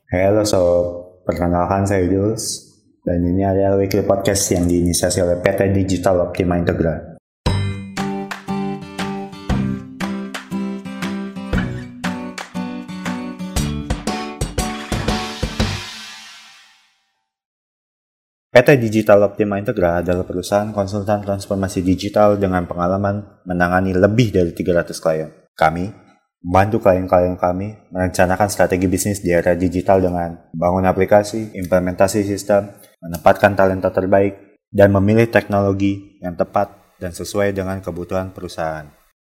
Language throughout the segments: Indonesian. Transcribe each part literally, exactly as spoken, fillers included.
Halo sob, perkenalkan saya Jules dan ini adalah weekly podcast yang diinisiasi oleh P T Digital Optima Integra. P T Digital Optima Integra adalah perusahaan konsultan transformasi digital dengan pengalaman menangani lebih dari tiga ratus klien. Kami membantu klien-klien kami merencanakan strategi bisnis di era digital dengan membangun aplikasi, implementasi sistem, menempatkan talenta terbaik, dan memilih teknologi yang tepat dan sesuai dengan kebutuhan perusahaan.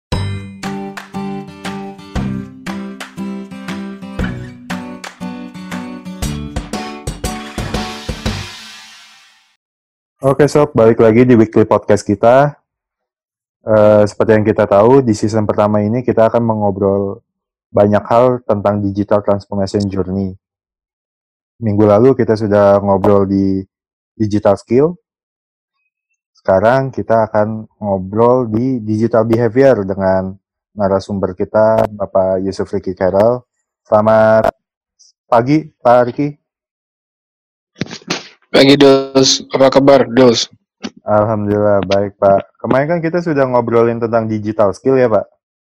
Oke sob, balik lagi di weekly podcast kita. Uh, seperti yang kita tahu, di season pertama ini kita akan mengobrol banyak hal tentang digital transformation journey. Minggu lalu kita sudah ngobrol di digital skill. Sekarang kita akan ngobrol di digital behavior dengan narasumber kita, Bapak Yusuf Ricky Carroll. Selamat pagi, Pak Ricky. Pagi, Dos. Apa kabar, Dos? Alhamdulillah, baik, Pak. Kemarin kan kita sudah ngobrolin tentang digital skill ya, Pak?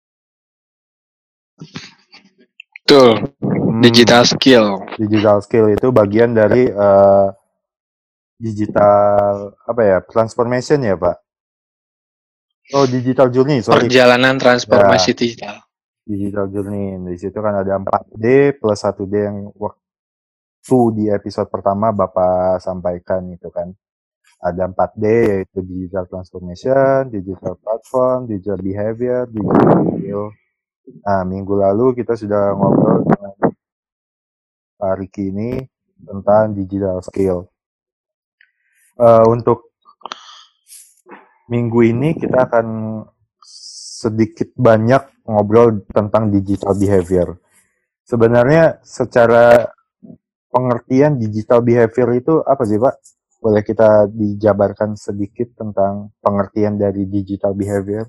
Betul, hmm, digital skill. Digital skill itu bagian dari uh, digital, apa ya, transformation ya, Pak? Oh, digital journey, sorry. Perjalanan transformasi ya, digital. Digital journey. Di situ kan ada empat D plus satu D yang waktu di episode pertama Bapak sampaikan itu kan. Ada empat D yaitu digital transformation, digital platform, digital behavior, digital skill. Nah, minggu lalu kita sudah ngobrol dengan Pak Ricky ini tentang digital skill. Uh, untuk minggu ini kita akan sedikit banyak ngobrol tentang digital behavior. Sebenarnya secara pengertian digital behavior itu apa sih, Pak? Boleh kita dijabarkan sedikit tentang pengertian dari digital behavior?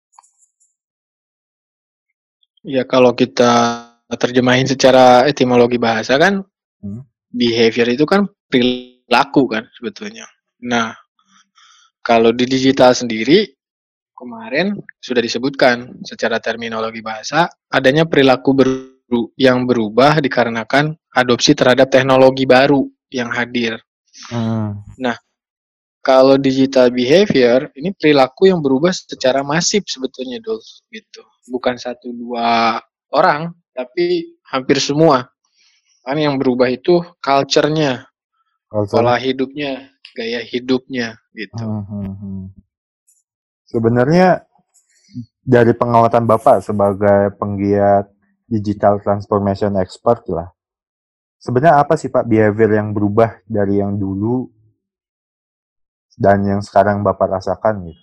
Ya, kalau kita terjemahin secara etimologi bahasa kan, hmm. behavior itu kan perilaku kan sebetulnya. Nah, kalau di digital sendiri, kemarin sudah disebutkan secara terminologi bahasa, adanya perilaku baru yang berubah dikarenakan adopsi terhadap teknologi baru yang hadir. Hmm. Nah, kalau digital behavior, ini perilaku yang berubah secara masif sebetulnya, Dol, gitu. Bukan satu dua orang, tapi hampir semua. Kan yang berubah itu culture-nya, Culture. pola hidupnya, gaya hidupnya, gitu. Hmm, hmm, hmm. Sebenarnya dari pengamatan Bapak sebagai penggiat digital transformation expert lah, sebenarnya apa sih Pak behavior yang berubah dari yang dulu dan yang sekarang Bapak rasakan gitu?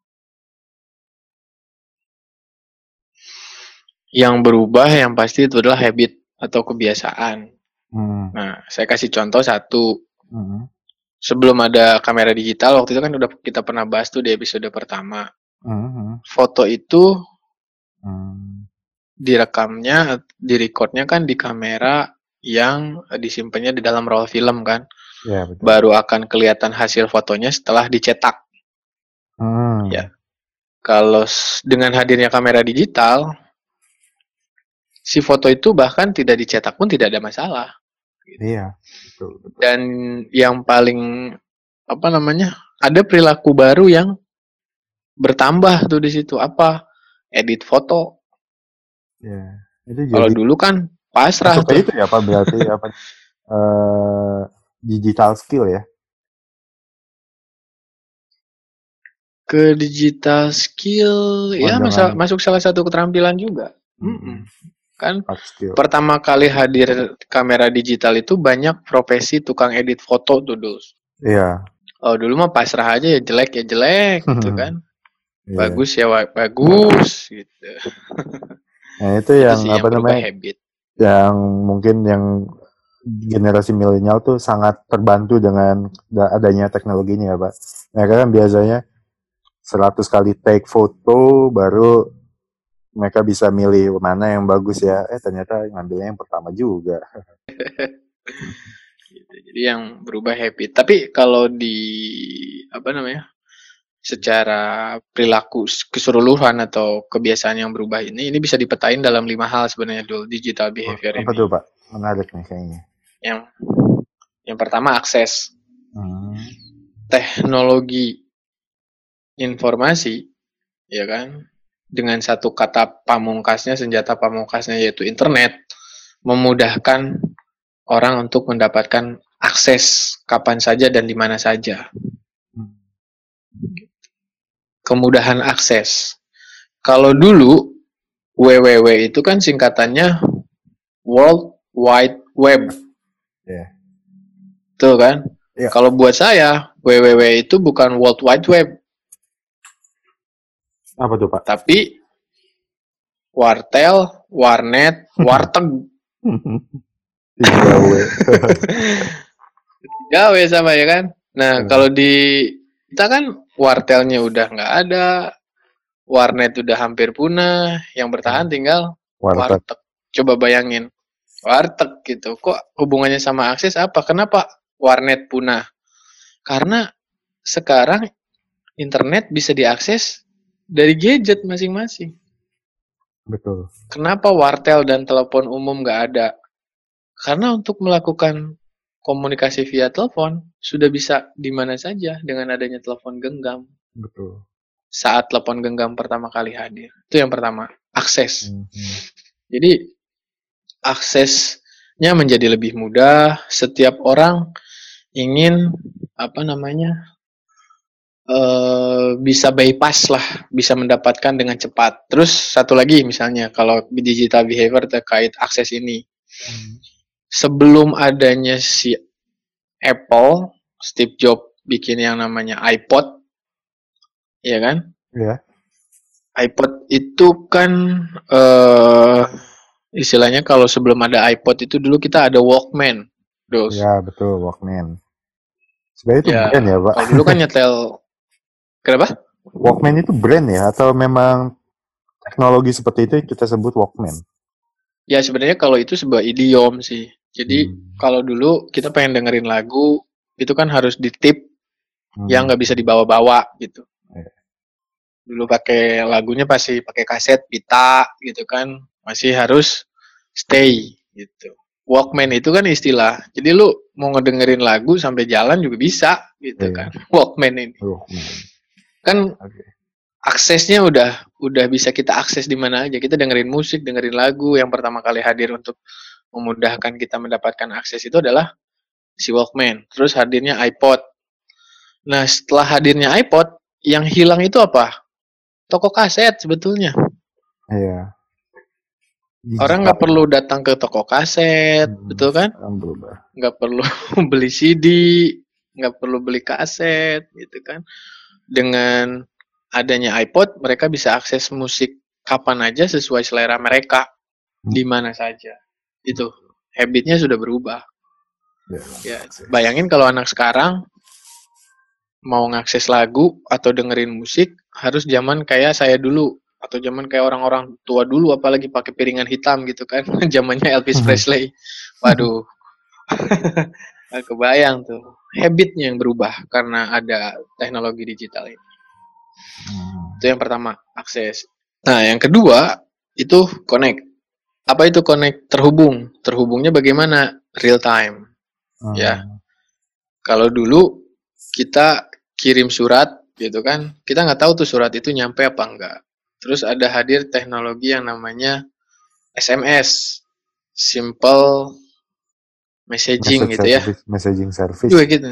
Yang berubah yang pasti itu adalah habit atau kebiasaan. Hmm. Nah, saya kasih contoh satu. Hmm. Sebelum ada kamera digital, waktu itu kan udah kita pernah bahas tuh di episode pertama. Hmm. Foto itu hmm. direkamnya, direcordnya kan di kamera yang disimpannya di dalam roll film kan. Ya, betul. Baru akan kelihatan hasil fotonya setelah dicetak. Hmm. Ya. Kalau dengan hadirnya kamera digital, si foto itu bahkan tidak dicetak pun tidak ada masalah. Iya, betul, betul. Dan yang paling apa namanya? Ada perilaku baru yang bertambah tuh di situ. Apa? Edit foto. Ya, itu kalau dulu kan pasrah tuh. Itu ya Pak berarti apa? Uh, digital skill ya. Ke digital skill oh, ya masa, masuk salah satu keterampilan juga. Mm-mm. Kan pertama kali hadir kamera digital itu banyak profesi tukang edit foto tuh dulu. Iya. Oh dulu mah pasrah aja ya jelek ya jelek gitu kan. Yeah. Bagus ya bagus gitu. Nah itu yang itu apa yang namanya? Habit. Yang mungkin yang generasi milenial tuh sangat terbantu dengan adanya teknologi ini ya Pak. Mereka kan biasanya seratus kali take foto baru mereka bisa milih mana yang bagus ya. Eh ternyata ngambilnya yang pertama juga. Gitu. Jadi yang berubah habit. Tapi kalau di apa namanya? Secara perilaku keseluruhan atau kebiasaan yang berubah ini, ini bisa dipetain dalam lima hal sebenarnya dulu digital behavior Apa ini. tuh Pak? Menarik nih kayaknya. Yang yang pertama akses. Hmm. Teknologi informasi, ya kan? Dengan satu kata pamungkasnya, senjata pamungkasnya yaitu internet, memudahkan orang untuk mendapatkan akses kapan saja dan di mana saja. Kemudahan akses. Kalau dulu W W W itu kan singkatannya World Wide Web. Yeah. Tuh kan? Yeah. Kalau buat saya, W W W itu bukan World Wide Web. Apa tuh Pak? Tapi wartel, warnet, warteg. Tiga W. Tiga W sama ya kan? Nah, hmm. kalau di kita kan wartelnya udah nggak ada, warnet udah hampir punah, yang bertahan tinggal warteg. warteg. Coba bayangin, warteg gitu. Kok hubungannya sama akses apa? Kenapa warnet punah? Karena sekarang internet bisa diakses dari gadget masing-masing. Betul. Kenapa wartel dan telepon umum nggak ada? Karena untuk melakukan komunikasi via telepon sudah bisa di mana saja dengan adanya telepon genggam. Betul. Saat telepon genggam pertama kali hadir. Itu yang pertama, akses. Mm-hmm. Jadi aksesnya menjadi lebih mudah. Setiap orang ingin apa namanya uh, bisa bypass lah, bisa mendapatkan dengan cepat. Terus satu lagi misalnya kalau digital behavior terkait akses ini. Hmm. Sebelum adanya si Apple, Steve Jobs bikin yang namanya iPod, ya kan? Iya. iPod itu kan uh, istilahnya kalau sebelum ada iPod itu dulu kita ada Walkman. Iya betul, Walkman. Sebenarnya itu ya, brand ya Pak? Kalau dulu kan nyetel, kenapa? Walkman itu brand ya? Atau memang teknologi seperti itu kita sebut Walkman? Ya sebenarnya kalau itu sebuah idiom sih. Jadi hmm. kalau dulu kita pengen dengerin lagu, itu kan harus ditip hmm. yang nggak bisa dibawa-bawa gitu. Yeah. Dulu pakai lagunya pasti pakai kaset pita gitu kan, masih harus stay gitu. Walkman itu kan istilah. Jadi lu mau ngedengerin lagu sampai jalan juga bisa gitu yeah. kan. Walkman ini. Walkman. Kan okay. Aksesnya udah udah bisa kita akses di mana aja. Kita dengerin musik, dengerin lagu. Yang pertama kali hadir untuk memudahkan kita mendapatkan akses itu adalah si Walkman. Terus hadirnya iPod. Nah, setelah hadirnya iPod, yang hilang itu apa? Toko kaset sebetulnya. Iya. Digital. Orang nggak perlu datang ke toko kaset, hmm, betul kan? Nggak perlu beli C D, nggak perlu beli kaset, gitu kan? Dengan adanya iPod, mereka bisa akses musik kapan aja sesuai selera mereka, hmm. di mana saja. Itu habitnya sudah berubah. Ya, ya, bayangin kalau anak sekarang mau ngakses lagu atau dengerin musik harus zaman kayak saya dulu atau zaman kayak orang-orang tua dulu, apalagi pakai piringan hitam gitu kan, zamannya Elvis hmm. Presley. Waduh, kebayang tuh habitnya yang berubah karena ada teknologi digital ini. Hmm. Itu yang pertama, akses. Nah, yang kedua itu connect. Apa itu connect? Terhubung. Terhubungnya bagaimana? Real time. Hmm. Ya. Kalau dulu kita kirim surat gitu kan, kita nggak tahu tuh surat itu nyampe apa enggak. Terus ada hadir teknologi yang namanya S M S, simple messaging Message gitu service, ya. Messaging service. Juga gitu.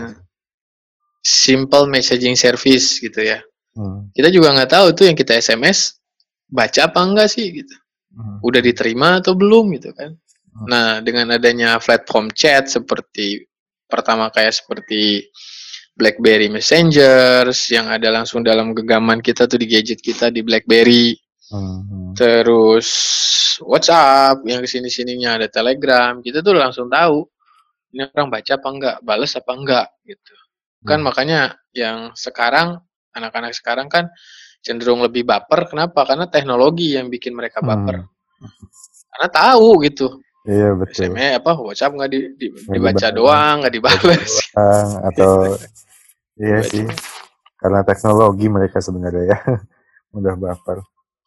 Simple messaging service gitu ya. Hmm. Kita juga nggak tahu tuh yang kita S M S baca apa enggak sih gitu. Hmm. Udah diterima atau belum gitu kan. Hmm. Nah, dengan adanya platform chat seperti pertama kayak seperti BlackBerry Messenger yang ada langsung dalam genggaman kita tuh di gadget kita di BlackBerry. Hmm. Terus WhatsApp yang kesini-sininya ada Telegram. Kita tuh langsung tahu ini orang baca apa enggak, balas apa enggak gitu. Kan hmm. makanya yang sekarang anak-anak sekarang kan cenderung lebih baper. Kenapa? Karena teknologi yang bikin mereka baper. Hmm. Karena tahu gitu. Iya betul. S M S apa WhatsApp nggak di, di, dibaca doang, nggak dibalas. Atau iya sih, karena teknologi mereka sebenarnya ya mudah baper.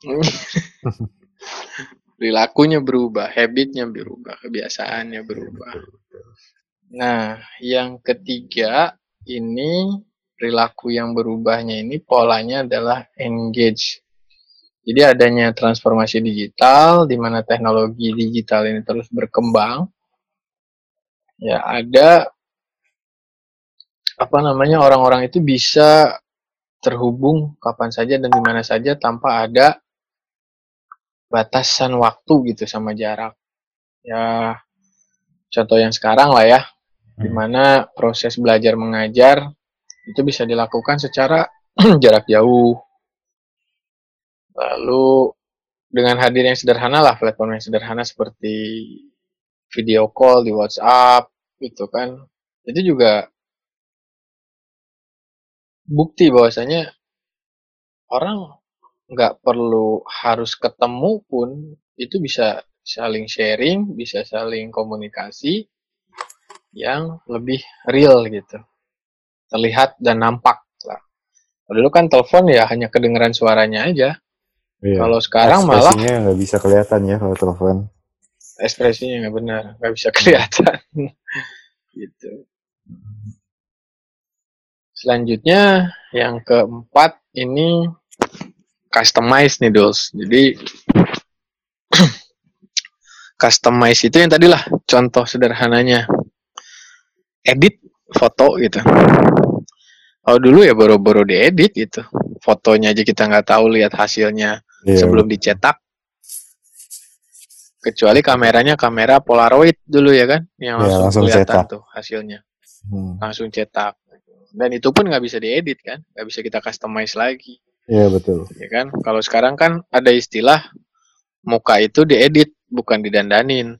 Perilakunya berubah, habitnya berubah, kebiasaannya berubah. Iya, betul, betul. Nah, yang ketiga ini perilaku yang berubahnya ini polanya adalah engage. Jadi adanya transformasi digital di mana teknologi digital ini terus berkembang. Ya, ada apa namanya orang-orang itu bisa terhubung kapan saja dan di mana saja tanpa ada batasan waktu gitu sama jarak. Ya, contoh yang sekarang lah ya, di mana proses belajar mengajar itu bisa dilakukan secara jarak jauh. Lalu dengan hadir yang sederhana lah, platform yang sederhana seperti video call di WhatsApp gitu kan, itu juga bukti bahwasanya orang nggak perlu harus ketemu pun itu bisa saling sharing, bisa saling komunikasi yang lebih real gitu, terlihat dan nampak lah. Kalau dulu kan telepon ya hanya kedengeran suaranya aja. Iya. Kalau sekarang malah ekspresinya nggak bisa kelihatan ya kalau telepon. Ekspresinya nggak benar, nggak bisa kelihatan. Gitu. Selanjutnya yang keempat ini customize nih Dos. Jadi customize itu yang tadilah contoh sederhananya edit foto gitu. Kalau dulu ya boro-boro diedit gitu, fotonya aja kita nggak tahu lihat hasilnya yeah. sebelum dicetak. Kecuali kameranya kamera Polaroid dulu ya kan, yang langsung, yeah, langsung kelihatan cetak. Tuh hasilnya, hmm. langsung cetak. Dan itu pun nggak bisa diedit kan, nggak bisa kita customize lagi. Iya yeah, betul. Ya kan, kalau sekarang kan ada istilah muka itu diedit bukan didandanin.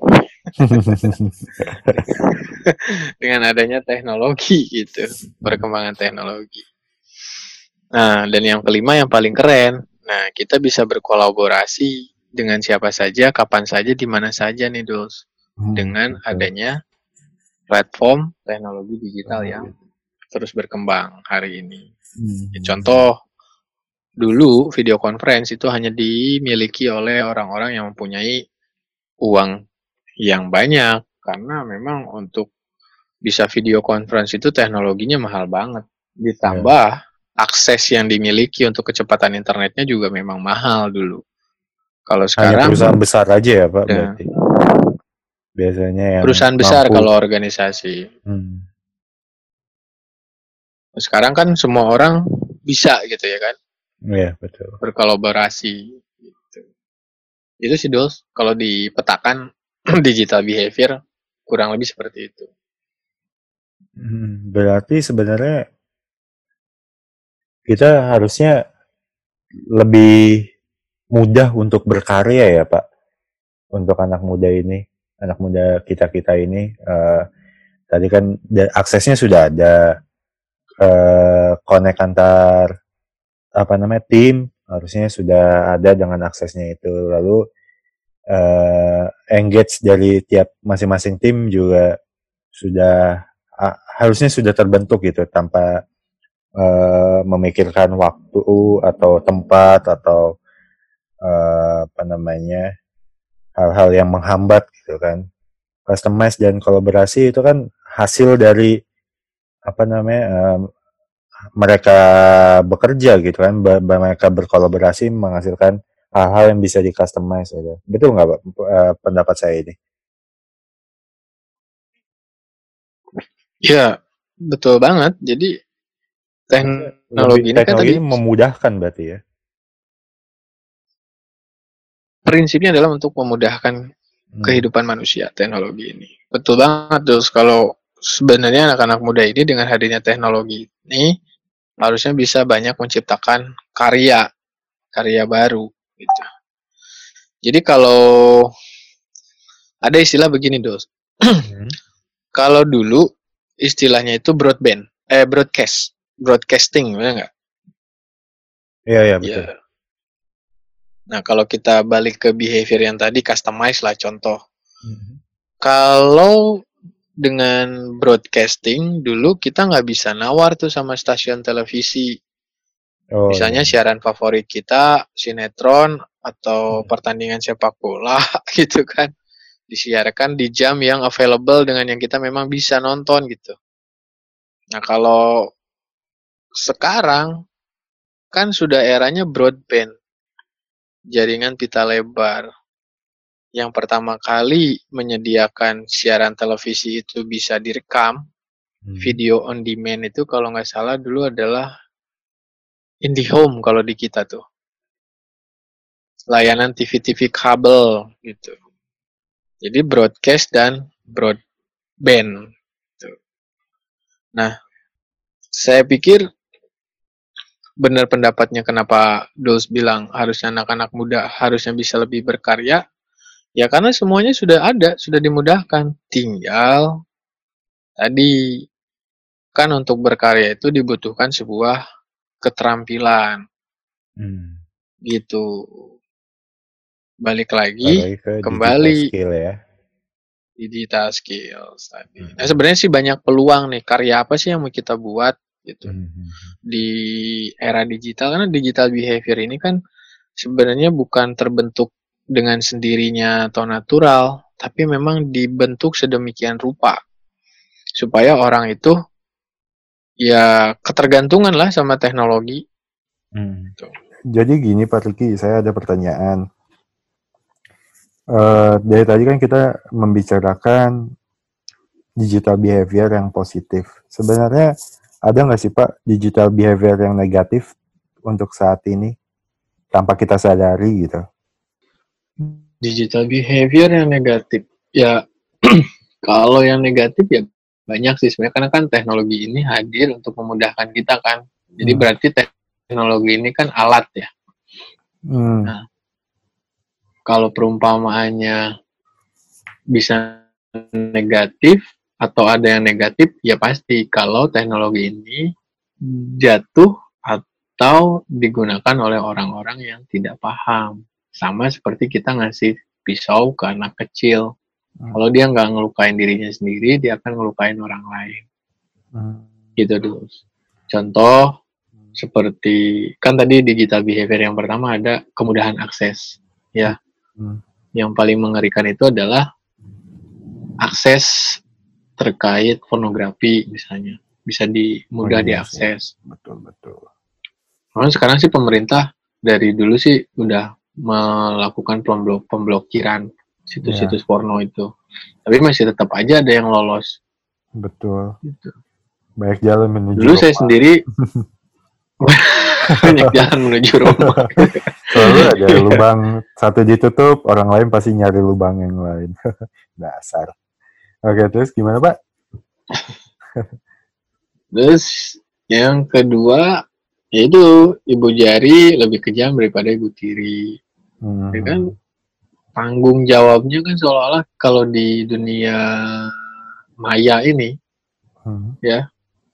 Dengan adanya teknologi gitu, perkembangan teknologi. Nah, dan yang kelima yang paling keren, nah kita bisa berkolaborasi dengan siapa saja, kapan saja, di mana saja nih Dos, hmm, dengan betul. Adanya platform teknologi digital hmm. yang terus berkembang hari ini. Hmm. Contoh, dulu video conference itu hanya dimiliki oleh orang-orang yang mempunyai uang yang banyak, karena memang untuk bisa video conference itu teknologinya mahal banget. Ditambah yeah. akses yang dimiliki untuk kecepatan internetnya juga memang mahal dulu. Kalau sekarang hanya perusahaan besar aja ya Pak, ya. Berarti biasanya yang perusahaan besar mampu. Kalau organisasi. Hmm. Sekarang kan semua orang bisa gitu ya kan? Iya yeah, betul. Berkolaborasi. Gitu. Itu sih Dos, kalau dipetakan digital behavior kurang lebih seperti itu. Hmm, berarti sebenarnya kita harusnya lebih mudah untuk berkarya ya Pak, untuk anak muda ini, anak muda kita-kita ini. Uh, tadi kan aksesnya sudah ada, uh, connect antar apa namanya tim harusnya sudah ada dengan aksesnya itu. Lalu uh, engage dari tiap masing-masing tim juga sudah uh, harusnya sudah terbentuk gitu tanpa uh, memikirkan waktu atau tempat atau uh, apa namanya hal-hal yang menghambat gitu kan. Customize dan kolaborasi itu kan hasil dari apa namanya um, mereka bekerja gitu kan, mereka berkolaborasi menghasilkan hal-hal yang bisa di customize gitu. Betul nggak Pak uh, pendapat saya ini? Ya betul banget. Jadi teknologi ini kan teknologi tadi memudahkan berarti ya. Prinsipnya adalah untuk memudahkan hmm. kehidupan manusia, teknologi ini. Betul banget, terus kalau sebenarnya anak-anak muda ini dengan hadirnya teknologi ini harusnya bisa banyak menciptakan karya, karya baru gitu. Jadi kalau ada istilah begini, Dos. Hmm. Kalau dulu istilahnya itu broadband, eh broadcast, broadcasting, benar nggak? Iya, iya, betul. Ya. Nah, kalau kita balik ke behavior yang tadi, customize lah contoh. Mm-hmm. kalau dengan broadcasting dulu kita nggak bisa nawar tuh sama stasiun televisi. Oh, misalnya iya. Siaran favorit kita sinetron atau hmm. pertandingan sepak bola gitu kan, disiarkan di jam yang available dengan yang kita memang bisa nonton gitu. Nah kalau sekarang kan sudah eranya broadband, jaringan pita lebar. Yang pertama kali menyediakan siaran televisi itu bisa direkam, hmm. video on demand itu kalau nggak salah dulu adalah IndiHome kalau di kita tuh. Layanan T V-T V kabel gitu. Jadi broadcast dan broadband. Gitu. Nah, saya pikir benar pendapatnya kenapa Dols bilang harusnya anak-anak muda harusnya bisa lebih berkarya. Ya karena semuanya sudah ada, sudah dimudahkan. Tinggal tadi kan untuk berkarya itu dibutuhkan sebuah keterampilan. Hmm. Gitu. Balik lagi ke kembali digital skill ya. Digital skills tadi. Hmm. Nah, sebenarnya sih banyak peluang nih, karya apa sih yang mau kita buat gitu. Hmm. Di era digital, karena digital behavior ini kan sebenarnya bukan terbentuk dengan sendirinya atau natural, tapi memang dibentuk sedemikian rupa supaya orang itu ya ketergantungan lah sama teknologi. Hmm. Gitu. Jadi gini Pak Riki, saya ada pertanyaan. Uh, dari tadi kan kita membicarakan digital behavior yang positif. Sebenarnya ada nggak sih Pak digital behavior yang negatif untuk saat ini tanpa kita sadari gitu? Digital behavior yang negatif ya kalau yang negatif ya banyak sih sebenarnya, karena kan teknologi ini hadir untuk memudahkan kita kan, jadi hmm. berarti teknologi ini kan alat ya. hmm. Nah kalau perumpamaannya bisa negatif atau ada yang negatif ya pasti kalau teknologi ini jatuh atau digunakan oleh orang-orang yang tidak paham. Sama seperti kita ngasih pisau ke anak kecil. Hmm. Kalau dia nggak ngelukain dirinya sendiri, dia akan ngelukain orang lain. Hmm. Gitu dulu. Contoh, hmm. seperti, kan tadi digital behavior yang pertama ada kemudahan akses. Ya. Hmm. Yang paling mengerikan itu adalah akses terkait pornografi misalnya. Bisa di, mudah oh, iya, diakses. Betul, betul. Nah, sekarang sih pemerintah dari dulu sih udah melakukan pemblok pemblokiran situs-situs yeah. porno itu, tapi masih tetap aja ada yang lolos. Betul. Gitu. Banyak jalan menuju. Dulu rumah. Saya sendiri banyak jalan menuju rumah. Selalu ada lubang satu ditutup, orang lain pasti nyari lubang yang lain. Dasar. Oke, terus gimana Pak? Terus yang kedua yaitu ibu jari lebih kejam daripada ibu tiri. Hmm. Ya kan tanggung jawabnya kan seolah-olah kalau di dunia maya ini hmm. ya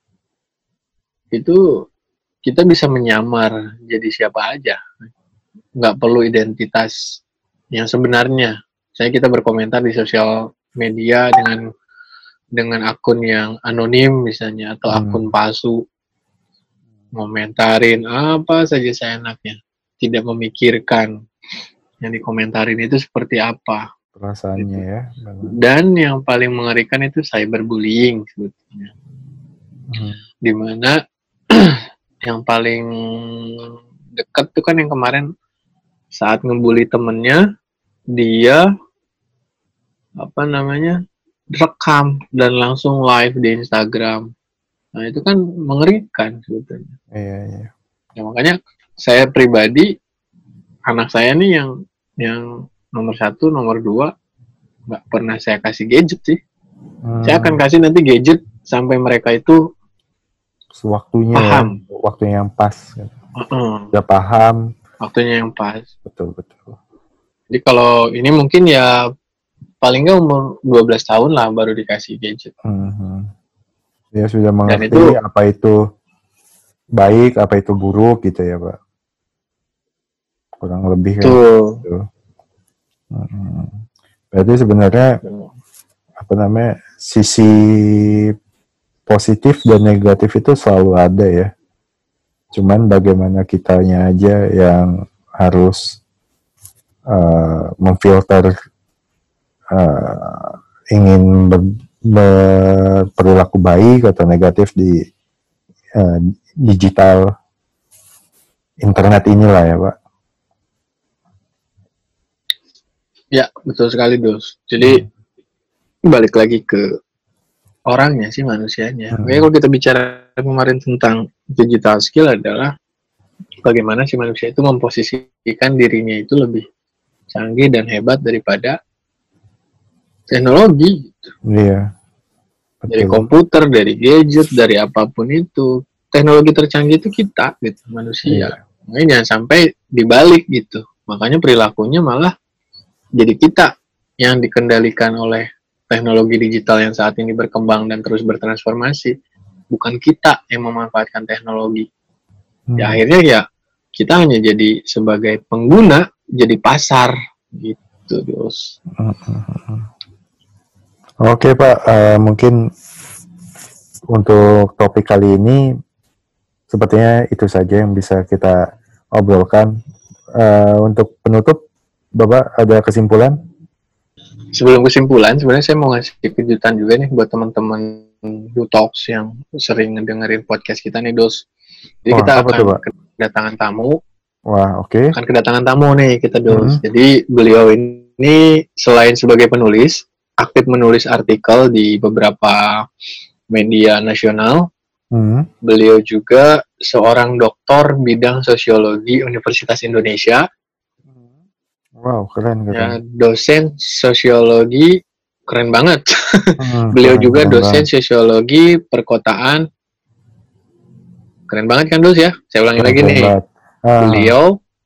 itu kita bisa menyamar jadi siapa aja, nggak perlu identitas yang sebenarnya. Saya kita berkomentar di sosial media dengan dengan akun yang anonim misalnya atau hmm. akun palsu, ngomentarin apa saja seenaknya, tidak memikirkan yang dikomentarin itu seperti apa perasaannya gitu. Ya. Dan yang paling mengerikan itu cyberbullying sebetulnya, hmm. dimana yang paling dekat tuh kan yang kemarin saat ngebully temennya, dia apa namanya rekam dan langsung live di Instagram. Nah itu kan mengerikan sebetulnya. Iya iya. Ya, makanya saya pribadi anak saya nih yang yang nomor satu, nomor dua nggak pernah saya kasih gadget sih. Hmm. Saya akan kasih nanti gadget sampai mereka itu sewaktunya paham, ya, waktunya yang pas. Uh-uh. Udah paham. Waktunya yang pas. Betul betul. Jadi kalau ini mungkin ya paling nggak umur dua belas tahun lah baru dikasih gadget. Hmm. Dia sudah mengerti itu, apa itu baik, apa itu buruk gitu ya Pak. Kurang lebih kan gitu. Hmm. Berarti sebenarnya apa namanya, sisi positif dan negatif itu selalu ada ya. Cuman bagaimana kitanya aja yang harus uh, memfilter uh, ingin ber, berperilaku baik atau negatif di uh, digital internet inilah ya Pak. Ya betul sekali Dos. Jadi hmm. balik lagi ke orangnya sih, manusianya. Hmm. Oke, kalau kita bicara kemarin tentang digital skill adalah bagaimana si manusia itu memposisikan dirinya itu lebih canggih dan hebat daripada teknologi. Iya. Betul. Dari komputer, dari gadget, dari apapun itu. Teknologi tercanggih itu kita, gitu, manusia. Iya. Makanya jangan sampai dibalik gitu. Makanya perilakunya malah jadi kita yang dikendalikan oleh teknologi digital yang saat ini berkembang dan terus bertransformasi. Bukan kita yang memanfaatkan teknologi. Hmm. Ya akhirnya ya kita hanya jadi sebagai pengguna, jadi pasar gitu, Dos. Oke Pak, uh, mungkin untuk topik kali ini sepertinya itu saja yang bisa kita obrolkan. Uh, untuk penutup, Bapak ada kesimpulan? Sebelum kesimpulan, sebenarnya saya mau ngasih kejutan juga nih buat teman-teman Who Talks yang sering ngedengerin podcast kita nih, Dos. Jadi Wah, kita akan tuh, kedatangan tamu. Wah, oke. Okay. Akan kedatangan tamu nih kita, Dos. Mm-hmm. Jadi beliau ini selain sebagai penulis, aktif menulis artikel di beberapa media nasional. Mm-hmm. Beliau juga seorang doktor bidang sosiologi Universitas Indonesia. Wow, keren, keren. Ya, dosen sosiologi, keren banget. Hmm, Beliau keren, juga keren dosen banget. Sosiologi perkotaan. Keren banget kan, Dos ya? Saya ulangi keren, lagi keren nih. Ah. Beliau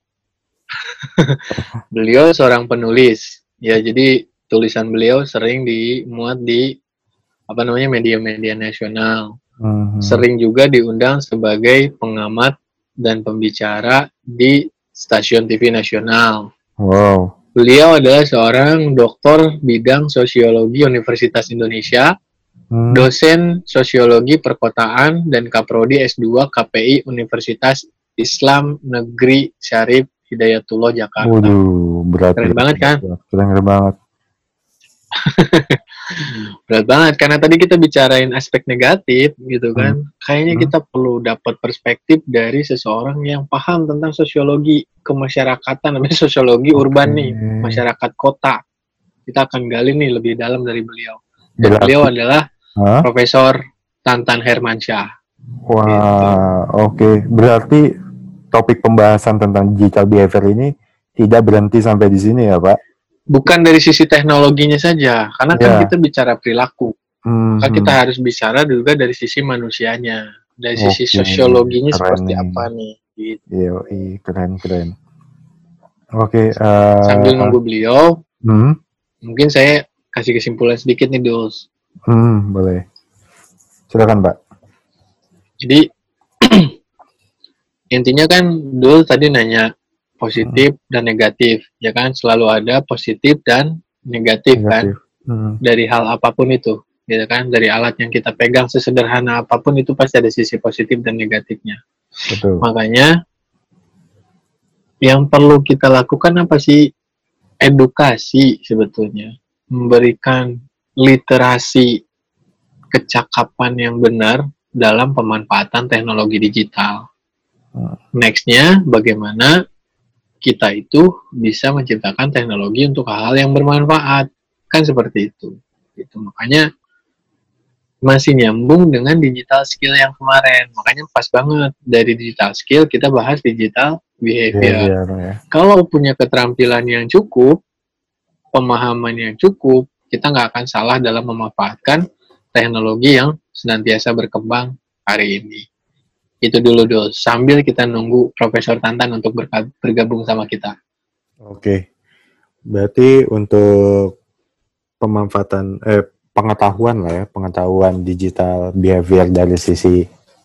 beliau seorang penulis. Ya, jadi tulisan beliau sering dimuat di apa namanya media-media nasional. Hmm. Sering juga diundang sebagai pengamat dan pembicara di stasiun T V nasional. Wow. Beliau adalah seorang doktor bidang sosiologi Universitas Indonesia, hmm. dosen sosiologi perkotaan dan kaprodi S dua K P I Universitas Islam Negeri Syarif Hidayatullah Jakarta. Waduh, berat. Keren berat, banget kan? Keren, keren banget. Berat banget, karena tadi kita bicarain aspek negatif gitu kan. Hmm. Kayaknya hmm. kita perlu dapat perspektif dari seseorang yang paham tentang sosiologi kemasyarakatan, namanya sosiologi okay. urban nih, masyarakat kota. Kita akan gali nih lebih dalam dari beliau. Dan Berarti, beliau adalah huh? Profesor Tantan Hermansyah. Wah, gitu. Oke. Okay. Berarti topik pembahasan tentang digital behavior ini tidak berhenti sampai di sini ya, Pak? Bukan dari sisi teknologinya saja, karena yeah. kan kita bicara perilaku. Mm-hmm. Kan kita harus bicara juga dari sisi manusianya, dari okay. sisi sosiologinya keren seperti nih. Apa nih. Gitu. Iya, keren keren. Oke. Okay, uh, Sambil nunggu beliau, hmm? mungkin saya kasih kesimpulan sedikit nih, Dos. Hmm, boleh. Silakan, Pak. Jadi intinya kan Dul tadi nanya positif hmm. dan negatif, ya kan? Selalu ada positif dan negatif, negatif. kan? Hmm. Dari hal apapun itu, gitu kan? Dari alat yang kita pegang sesederhana apapun itu pasti ada sisi positif dan negatifnya. Betul. Makanya yang perlu kita lakukan apa sih? Edukasi sebetulnya, memberikan literasi kecakapan yang benar dalam pemanfaatan teknologi digital. Hmm. Next-nya bagaimana kita itu bisa menciptakan teknologi untuk hal-hal yang bermanfaat, kan seperti itu. Gitu. Makanya masih nyambung dengan digital skill yang kemarin. Makanya pas banget dari digital skill kita bahas digital behavior. Yeah, yeah, yeah. Kalau punya keterampilan yang cukup, pemahaman yang cukup, kita nggak akan salah dalam memanfaatkan teknologi yang senantiasa berkembang hari ini. Itu dulu, Dos. Sambil kita nunggu Profesor Tantan untuk bergabung sama kita. Oke. Berarti untuk pemanfaatan eh pengetahuan lah ya, pengetahuan digital behavior dari sisi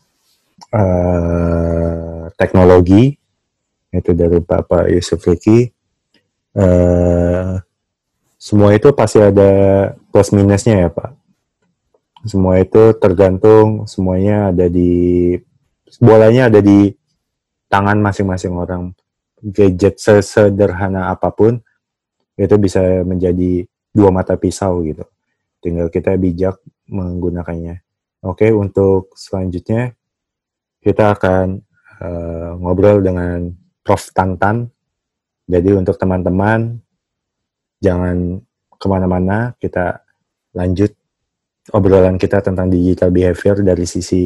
uh, teknologi, itu dari Bapak Yusuf Riki. Uh, semua itu pasti ada plus minusnya ya Pak. Semua itu tergantung, semuanya ada di, bolanya ada di tangan masing-masing orang. Gadget sesederhana apapun, itu bisa menjadi dua mata pisau gitu. Tinggal kita bijak menggunakannya. Oke, untuk selanjutnya, kita akan uh, ngobrol dengan Prof Tantan. Jadi untuk teman-teman, jangan kemana-mana, kita lanjut obrolan kita tentang digital behavior dari sisi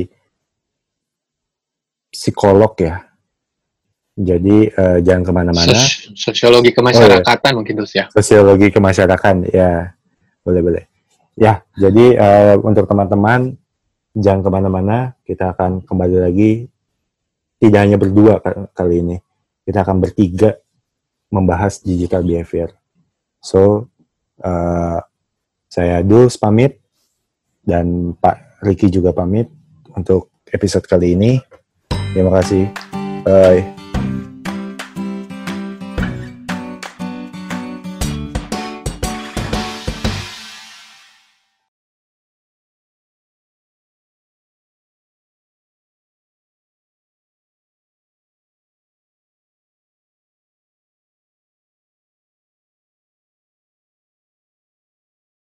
psikolog ya. Jadi uh, jangan kemana-mana. Sos- sosiologi kemasyarakatan oh, ya. Mungkin terus ya. Sosiologi kemasyarakatan, ya boleh-boleh. Ya, jadi uh, untuk teman-teman, jangan kemana-mana, kita akan kembali lagi, tidak hanya berdua kali ini, kita akan bertiga membahas digital behavior. So, uh, saya Dus pamit, dan Pak Ricky juga pamit untuk episode kali ini. Terima kasih. Bye.